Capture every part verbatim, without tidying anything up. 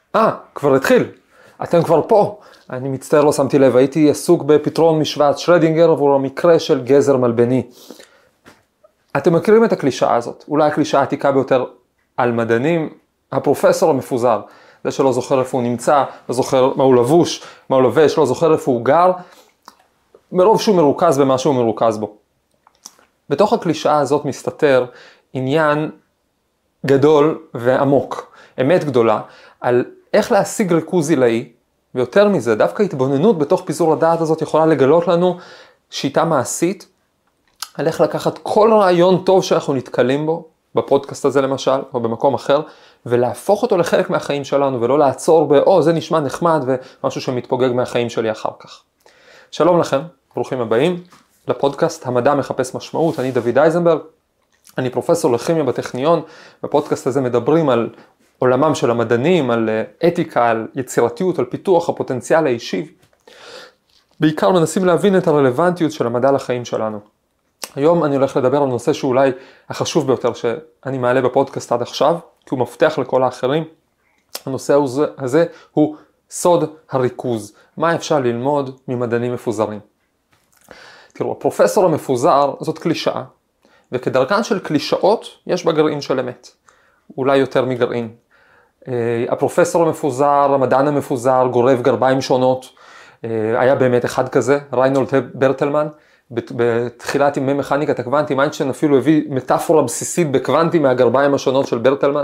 אה, כבר התחיל. אתם כבר פה. אני מצטער, לא שמתי לב, הייתי עסוק בפתרון משוואת שרדינגר עבור המקרה של גזר מלבני. אתם מכירים את הקלישאה הזאת, אולי הקלישאה העתיקה ביותר על מדענים, הפרופסור המפוזר, זה שלא זוכר איפה הוא נמצא, לא זוכר מה הוא לבוש, מה הוא לובש, לא זוכר איפה הוא גר, מרוב שהוא מרוכז במה שהוא מרוכז בו. בתוך הקלישאה הזאת מסתתר עניין גדול ועמוק, אמת גדולה, על איך להשיג ריכוז עילאי, ויותר מזה, דווקא התבוננות בתוך פיזור הדעת הזאת יכולה לגלות לנו שיטה מעשית, על איך לקחת כל רעיון טוב שאנחנו נתקלים בו, בפודקאסט הזה למשל, או במקום אחר, ולהפוך אותו לחלק מהחיים שלנו, ולא לעצור ב, או, זה נשמע נחמד, ומשהו שמתפוגג מהחיים שלי אחר כך. שלום לכם, ברוכים הבאים לפודקאסט המדע מחפש משמעות, אני דוד אייזנברג, אני פרופסור לכימיה בטכניון, בפודקאסט הזה מדברים על עולמם של המדענים, על אתיקה, על יצירתיות, על פיתוח הפוטנציאל האישי. בעיקר מנסים להבין את הרלוונטיות של המדע לחיים שלנו. היום אני הולך לדבר על נושא שאולי החשוב ביותר שאני מעלה בפודקאסט עד עכשיו, כי הוא מפתח לכל האחרים. הנושא הזה הוא סוד הריכוז. מה אפשר ללמוד ממדענים מפוזרים? תראו, הפרופסור המפוזר זאת קלישאה, וכדרכן של קלישאות יש בה גרעין של אמת. אולי יותר מגרעין. הפרופסור המפוזר, המדען המפוזר, גורב גרביים שונות. היה באמת אחד כזה, ריינולד ברטלמן, בתחילת ימי מכניקת הקוונטים, איינשטיין אפילו הביא מטאפורה בסיסית בקוונטים מהגרביים השונות של ברטלמן.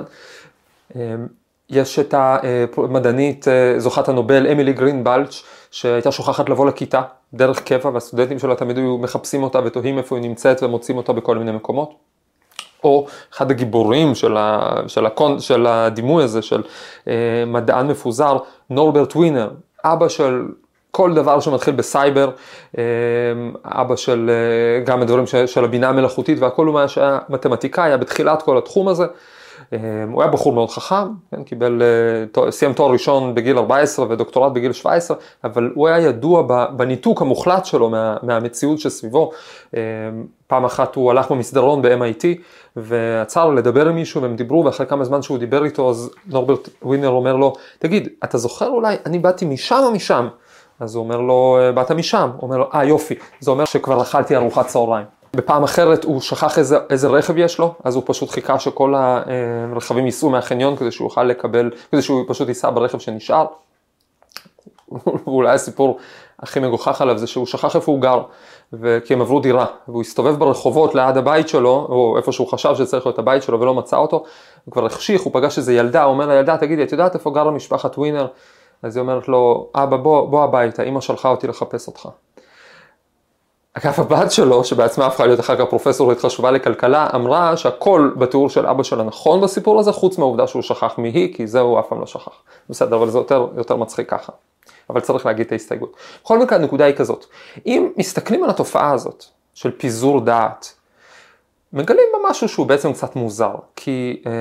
יש את המדענית, זוכת הנובל, אמילי גרינבלץ', שהייתה שוכחת לבוא לכיתה דרך קבע, והסטודנטים שלה תמיד היו מחפשים אותה ותוהים איפה היא נמצאת ומוצאים אותה בכל מיני מקומות. או אחד הגיבורים של, ה, של, הקונ, של הדימוי הזה, של אה, מדען מפוזר, נורברט ווינר, אבא של כל דבר שמתחיל בסייבר, אה, אבא של אה, גם הדברים של, של הבינה המלאכותית, והכל הוא שהיה מתמטיקאי, היה בתחילת כל התחום הזה. אה, הוא היה בחור מאוד חכם, כן, קיבל, אה, סיים תואר ראשון בגיל ארבע עשרה ודוקטורט בגיל שבע עשרה, אבל הוא היה ידוע בניתוק המוחלט שלו מה, מהמציאות שסביבו. אה, פעם אחת הוא הלך במסדרון ב-אם איי טי, ועצר לדבר עם מישהו, והם דיברו, ואחרי כמה זמן שהוא דיבר איתו, אז נורברט ווינר אומר לו, תגיד, אתה זוכר אולי, אני באתי משם או משם? אז הוא אומר לו, באת משם. הוא אומר לו, אה יופי, זה אומר שכבר אכלתי ארוחת צהריים. בפעם אחרת הוא שכח איזה, איזה רכב יש לו, אז הוא פשוט חיכה שכל הרכבים ייסעו מהחניון, כדי שהוא יוכל לקבל, כדי שהוא פשוט ייסע ברכב שנשאר. ואולי הסיפור הכי מגוחך עליו זה שהוא שכח איפה הוא גר, כי הם עברו דירה, והוא הסתובב ברחובות ליד הבית שלו, או איפה שהוא חשב שצריך להיות הבית שלו ולא מצא אותו, הוא כבר החשיך, הוא פגש איזה ילדה, הוא אומר לילדה, תגידי, את יודעת איפה גרה משפחת ווינר? אז היא אומרת לו, אבא בוא, בוא הביתה, אמא שלחה אותי לחפש אותך. אגב, הבת שלו, שבעצמה הפכה להיות אחר כך פרופסורית חשובה לכלכלה, אמרה שהכל בתיאור של אבא שלה נכון בסיפור הזה, חוץ מהעובדה שהוא שכח מי היא, כי זה הוא אף פעם לא שכח. בסדר, אבל זה יותר, יותר מצחיק ככה. אבל צריך להגיד את ההסתייגות. בכל מקרה, הנקודה היא כזאת. אם מסתכלים על התופעה הזאת של פיזור דעת, מגלים במשהו שהוא בעצם קצת מוזר, כי אה,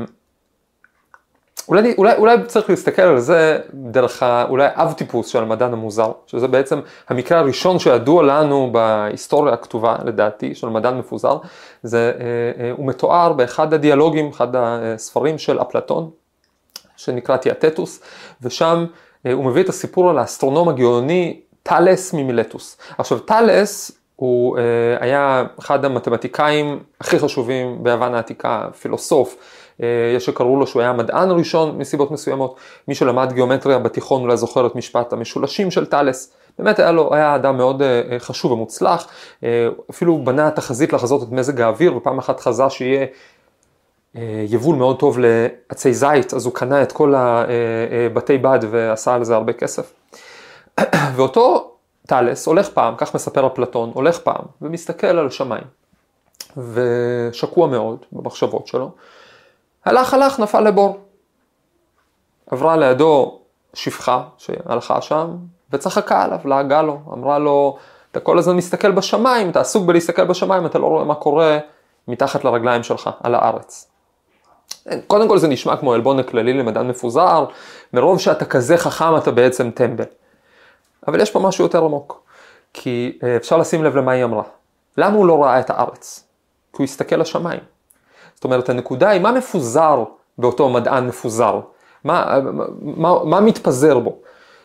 אולי, אולי, אולי צריך להסתכל על זה דרך אולי אב טיפוס של המדען המוזר, שזה בעצם המקרה הראשון שידוע לנו בהיסטוריה הכתובה, לדעתי, של מדען מפוזר, זה, אה, אה, הוא מתואר באחד הדיאלוגים, אחד הספרים של אפלטון, שנקרא תיאטטוס, ושם הוא מביא את הסיפור על האסטרונום הגאוני תאלס ממילטוס. עכשיו, תאלס הוא היה אחד המתמטיקאים הכי חשובים ביוון העתיקה, פילוסוף. יש שקראו לו שהוא היה המדען הראשון מסיבות מסוימות. מי שלמד גיאומטריה בתיכון אולי זוכר את משפט המשולשים של תאלס. באמת היה לו, היה אדם מאוד חשוב ומוצלח. אפילו בנה תחזית לחזות את מזג האוויר, ופעם אחת חזה שיהיה יבול מאוד טוב לעצי זית, אז הוא קנה את כל הבתי בד ועשה על זה הרבה כסף. ואותו תאלס הולך פעם, כך מספר אפלטון, הולך פעם ומסתכל על השמיים, ושקוע מאוד במחשבות שלו. הלך הלך נפל לבור. עברה לידו שפחה שהלכה שם וצחקה עליו, לעגה לו, אמרה לו, אתה כל הזמן מסתכל בשמיים, אתה עסוק בלהסתכל בשמיים, אתה לא רואה מה קורה מתחת לרגליים שלך, על הארץ. קודם כל זה נשמע כמו אלבון הכללי למדען מפוזר, מרוב שאתה כזה חכם אתה בעצם טמבל. אבל יש פה משהו יותר עמוק, כי אפשר לשים לב למה היא אמרה. למה הוא לא ראה את הארץ? כי הוא הסתכל לשמיים. זאת אומרת, הנקודה היא מה מפוזר באותו מדען מפוזר. מה, מה, מה מתפזר בו?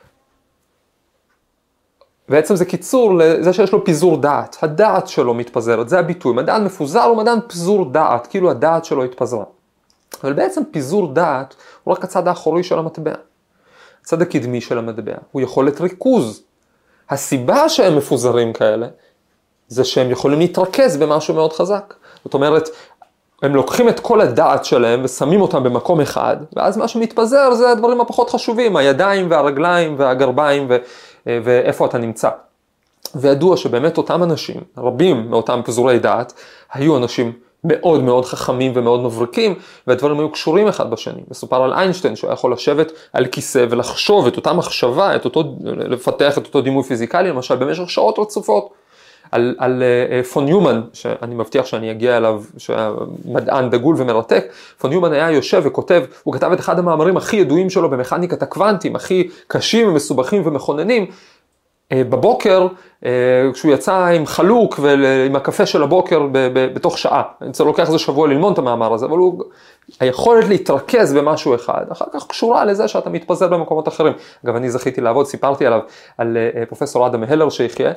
בעצם זה קיצור לזה שיש לו פיזור דעת, הדעת שלו מתפזרת, זה הביטוי, מדען מפוזר הוא מדען פיזור דעת, כאילו הדעת שלו התפזרה. אבל בעצם פיזור דעת הוא רק הצד האחורי של המטבע, הצד הקדמי של המטבע, הוא יכולת ריכוז. הסיבה שהם מפוזרים כאלה, זה שהם יכולים להתרכז במשהו מאוד חזק. זאת אומרת, הם לוקחים את כל הדעת שלהם ושמים אותם במקום אחד, ואז מה שמתפזר זה הדברים הפחות חשובים, הידיים והרגליים והגרביים ו... ואיפה אתה נמצא. וידוע שבאמת אותם אנשים, רבים מאותם פיזורי דעת, היו אנשים מאוד מאוד חכמים ומאוד מבריקים, והדברים היו קשורים אחד בשני. מסופר על איינשטיין שהוא יכול לשבת על כיסא ולחשוב את אותה מחשבה, את אותו, לפתח את אותו דימוי פיזיקלי, למשל במשך שעות רצופות. על, על פון ניומן, שאני מבטיח שאני אגיע אליו, שהיה מדען דגול ומרתק, פון ניומן היה יושב וכותב, הוא כתב את אחד המאמרים הכי ידועים שלו במכניקת הקוונטים, הכי קשים ומסובכים ומכוננים, בבוקר, כשהוא יצא עם חלוק ועם הקפה של הבוקר בתוך שעה. אני צריך לוקח איזה שבוע ללמוד את המאמר הזה, אבל הוא, היכולת להתרכז במשהו אחד, אחר כך קשורה לזה שאתה מתפזר במקומות אחרים. אגב, אני זכיתי לעבוד, סיפרתי עליו, על פרופסור אדם הלר שיחיה,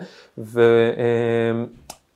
ואם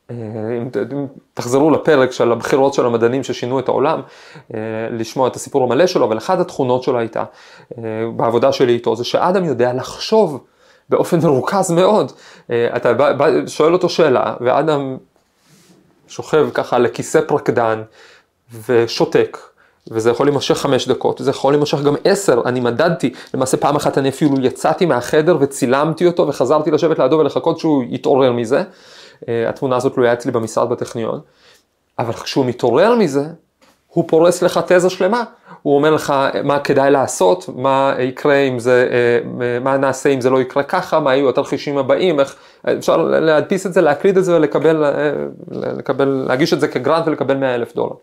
תחזרו לפרק של הבחירות של המדענים ששינו את העולם, לשמוע את הסיפור המלא שלו, אבל אחת התכונות שלו הייתה, בעבודה שלי איתו, זה שאדם יודע לחשוב, באופן מרוכז מאוד. אתה שואל אותו שאלה, ואדם שוכב ככה לכיסא פרקדן ושותק, וזה יכול להימשך חמש דקות, וזה יכול להימשך גם עשר, אני מדדתי, למעשה פעם אחת אני אפילו יצאתי מהחדר וצילמתי אותו, וחזרתי לשבת לידו ולחכות שהוא יתעורר מזה, התמונה הזאת תלויה אצלי במשרד בטכניון, אבל כשהוא מתעורר מזה, הוא פורס לך תזה שלמה, הוא אומר לך מה כדאי לעשות, מה יקרה אם זה, מה נעשה אם זה לא יקרה ככה, מה יהיו התרחישים הבאים, איך אפשר להדפיס את זה, להקליד את זה ולקבל, לקבל, להגיש את זה כגרנט ולקבל מאה אלף דולר.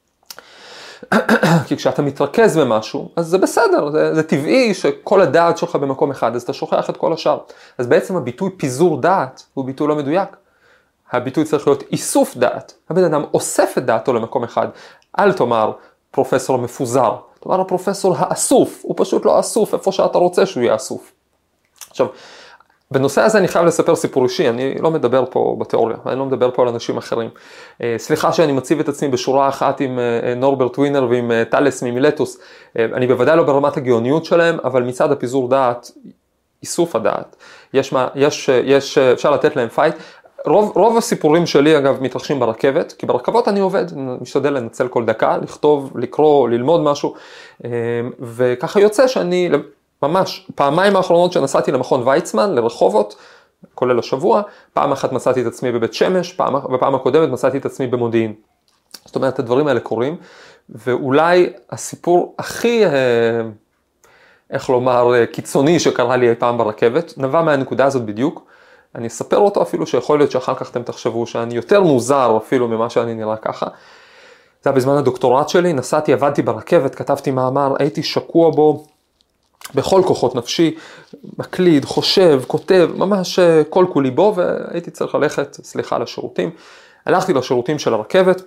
כי כשאתה מתרכז במשהו, אז זה בסדר, זה, זה טבעי שכל הדעת שלך במקום אחד, אז אתה שוכח את כל השאר. אז בעצם הביטוי פיזור דעת הוא ביטוי לא מדויק. הביטוי צריך להיות איסוף דעת. הבן אדם אוסף את דעתו למקום אחד. אל תאמר פרופסור מפוזר, תאמר הפרופסור האסוף, הוא פשוט לא אסוף איפה שאתה רוצה שהוא יהיה אסוף. עכשיו, בנושא הזה אני חייב לספר סיפור אישי, אני לא מדבר פה בתיאוריה, אני לא מדבר פה על אנשים אחרים. סליחה שאני מציב את עצמי בשורה אחת עם נורברט ווינר ועם טלס ממילטוס, אני בוודאי לא ברמת הגאוניות שלהם, אבל מצד הפיזור דעת, איסוף הדעת, יש, יש, יש, אפשר לתת להם פייט. רוב, רוב הסיפורים שלי אגב מתרחשים ברכבת, כי ברכבות אני עובד, משתדל לנצל כל דקה, לכתוב, לקרוא, ללמוד משהו, וככה יוצא שאני ממש פעמיים האחרונות שנסעתי למכון ויצמן, לרחובות, כולל השבוע, פעם אחת מצאתי את עצמי בבית שמש, פעם, ופעם הקודמת מצאתי את עצמי במודיעין. זאת אומרת, הדברים האלה קורים, ואולי הסיפור הכי, איך לומר, קיצוני שקרה לי אי פעם ברכבת, נבע מהנקודה הזאת בדיוק, אני אספר אותו אפילו שיכול להיות שאחר כך אתם תחשבו שאני יותר מוזר אפילו ממה שאני נראה ככה. זה היה בזמן הדוקטורט שלי, נסעתי, עבדתי ברכבת, כתבתי מאמר, הייתי שקוע בו בכל כוחות נפשי, מקליד, חושב, כותב, ממש כל כולי בו, והייתי צריך ללכת, סליחה, לשירותים. הלכתי לשירותים של הרכבת,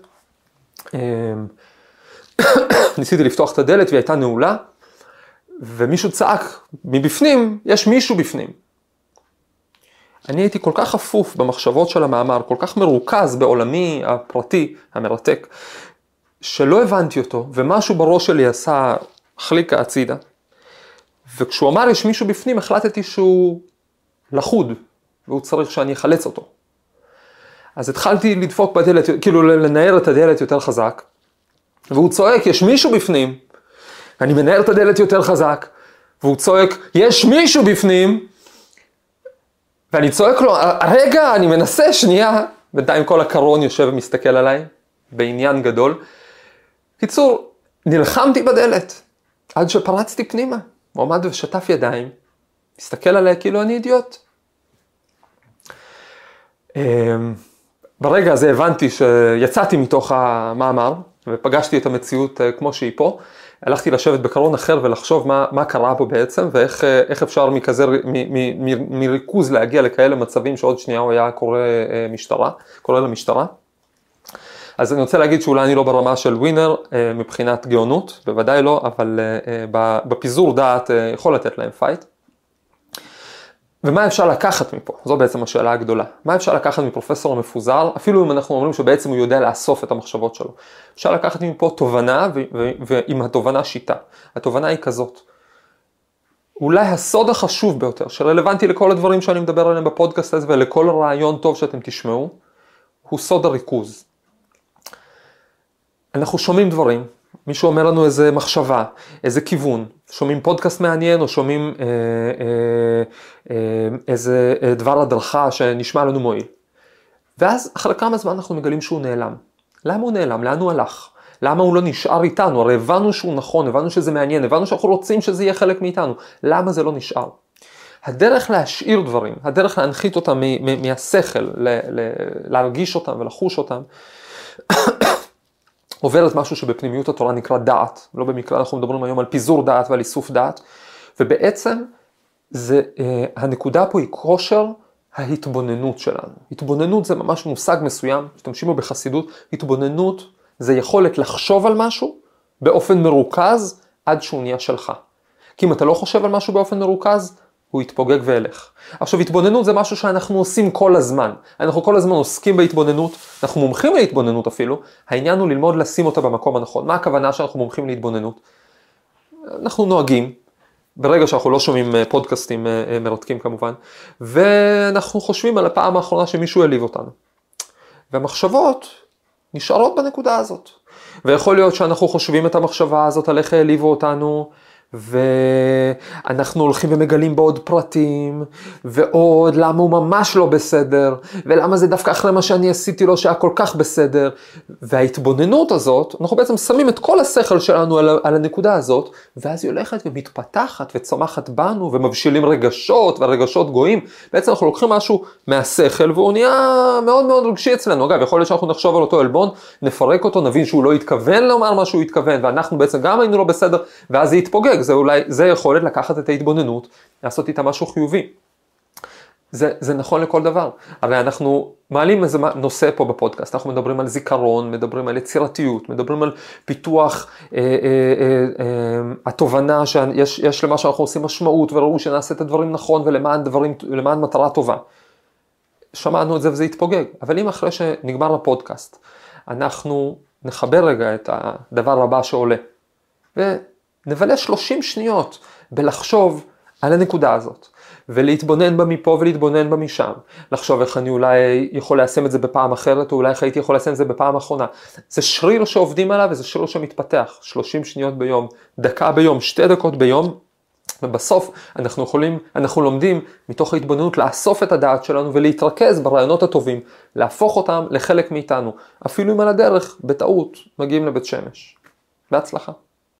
ניסיתי לפתוח את הדלת והיא הייתה נעולה, ומישהו צעק, מבפנים, יש מישהו בפנים. אני הייתי כל כך חפוף במחשבות של המאמר, כל כך מרוכז בעולמי הפרטי, המרתק, שלא הבנתי אותו, ומשהו בראש שלי עשה חליקה הצידה, וכשהוא אמר יש מישהו בפנים, החלטתי שהוא לחוד, והוא צריך שאני אחלץ אותו. אז התחלתי לדפוק בדלת, כאילו לנער את הדלת יותר חזק, והוא צועק, יש מישהו בפנים, אני מנער את הדלת יותר חזק, והוא צועק, יש מישהו בפנים, ואני צועק לו, רגע, אני מנסה שנייה, בינתיים כל הקרון יושב ומסתכל עליי, בעניין גדול. קיצור, נלחמתי בדלת, עד שפרצתי פנימה, הוא עמד ושטף ידיים, מסתכל עליי כאילו אני אידיוט. ברגע הזה הבנתי שיצאתי מתוך המאמר, ופגשתי את המציאות כמו שהיא פה, הלכתי לשבת בקרון אחר ולחשוב מה, מה קרה פה בעצם, ואיך איך אפשר מכזה, מ, מ, מ, מריכוז להגיע לכאלה מצבים שעוד שנייה הוא היה קורא משטרה, קורא למשטרה. אז אני רוצה להגיד שאולי אני לא ברמה של ווינר מבחינת גאונות, בוודאי לא, אבל בפיזור דעת יכול לתת להם פייט. ומה אפשר לקחת מפה? זו בעצם השאלה הגדולה. מה אפשר לקחת מפרופסור המפוזר, אפילו אם אנחנו אומרים שבעצם הוא יודע לאסוף את המחשבות שלו. אפשר לקחת מפה תובנה, ועם התובנה שיטה. התובנה היא כזאת. אולי הסוד החשוב ביותר, שרלוונטי לכל הדברים שאני מדבר עליהם בפודקאסט הזה, ולכל רעיון טוב שאתם תשמעו, הוא סוד הריכוז. אנחנו שומעים דברים, מישהו אומר לנו איזה מחשבה, איזה כיוון, שומעים פודקאסט מעניין או שומעים אה, אה, אה, איזה דבר הדרכה שנשמע לנו מועיל. ואז אחרי כמה זמן אנחנו מגלים שהוא נעלם. למה הוא נעלם? לאן הוא הלך? למה הוא לא נשאר איתנו? הרי הבנו שהוא נכון, הבנו שזה מעניין, הבנו שאנחנו רוצים שזה יהיה חלק מאיתנו. למה זה לא נשאר? הדרך להשאיר דברים, הדרך להנחית אותם מהשכל, להרגיש אותם ולחוש אותם, עוברת משהו שבפנימיות התורה נקרא דעת. לא במקרה אנחנו מדברים היום על פיזור דעת ועל איסוף דעת. ובעצם זה, הנקודה פה היא כושר ההתבוננות שלנו. התבוננות זה ממש מושג מסוים, משתמשים בו בחסידות. התבוננות זה יכולת לחשוב על משהו באופן מרוכז עד שהוא נהיה שלך. כי אם אתה לא חושב על משהו באופן מרוכז, הוא יתפוגג וילך. עכשיו, התבוננות זה משהו שאנחנו עושים כל הזמן. אנחנו כל הזמן עוסקים בהתבוננות, אנחנו מומחים להתבוננות אפילו. העניין הוא ללמוד לשים אותה במקום הנכון. מה הכוונה שאנחנו מומחים להתבוננות? אנחנו נוהגים, ברגע שאנחנו לא שומעים פודקאסטים מרתקים כמובן, ואנחנו חושבים על הפעם האחרונה שמישהו העליב אותנו. והמחשבות נשארות בנקודה הזאת. ויכול להיות שאנחנו חושבים את המחשבה הזאת על איך העליבו אותנו, ואנחנו הולכים ומגלים בעוד פרטים, ועוד למה הוא ממש לא בסדר, ולמה זה דווקא אחרי מה שאני עשיתי לו שהיה כל כך בסדר. וההתבוננות הזאת, אנחנו בעצם שמים את כל השכל שלנו על, על הנקודה הזאת, ואז היא הולכת ומתפתחת וצומחת בנו, ומבשילים רגשות, והרגשות גויים. בעצם אנחנו לוקחים משהו מהשכל, והוא נהיה מאוד מאוד רגשי אצלנו. אגב, יכול להיות שאנחנו נחשוב על אותו אלבון, נפרק אותו, נבין שהוא לא התכוון לומר מה שהוא התכוון, ואנחנו בעצם גם היינו לא בסדר, ואז זה יתפוגג. זה אולי, זה יכולת לקחת את ההתבוננות, לעשות איתה משהו חיובי. זה, זה נכון לכל דבר. הרי אנחנו מעלים איזה נושא פה בפודקאסט, אנחנו מדברים על זיכרון, מדברים על יצירתיות, מדברים על פיתוח אה, אה, אה, אה, התובנה שיש יש למה שאנחנו עושים משמעות, וראו שנעשה את הדברים נכון ולמען דברים, למען מטרה טובה. שמענו את זה וזה יתפוגג. אבל אם אחרי שנגמר הפודקאסט, אנחנו נחבר רגע את הדבר הבא שעולה, ו... נבלה שלושים שניות בלחשוב על הנקודה הזאת, ולהתבונן בה מפה ולהתבונן בה משם, לחשוב איך אני אולי יכול ליישם את זה בפעם אחרת, או אולי איך הייתי יכול ליישם את זה בפעם האחרונה. זה שריר שעובדים עליו, וזה שריר שמתפתח, שלושים שניות ביום, דקה ביום, שתי דקות ביום, ובסוף אנחנו יכולים, אנחנו לומדים מתוך ההתבוננות לאסוף את הדעת שלנו, ולהתרכז ברעיונות הטובים, להפוך אותם לחלק מאיתנו, אפילו אם על הדרך, בטעות, מגיעים לבית שמש. בהצלחה.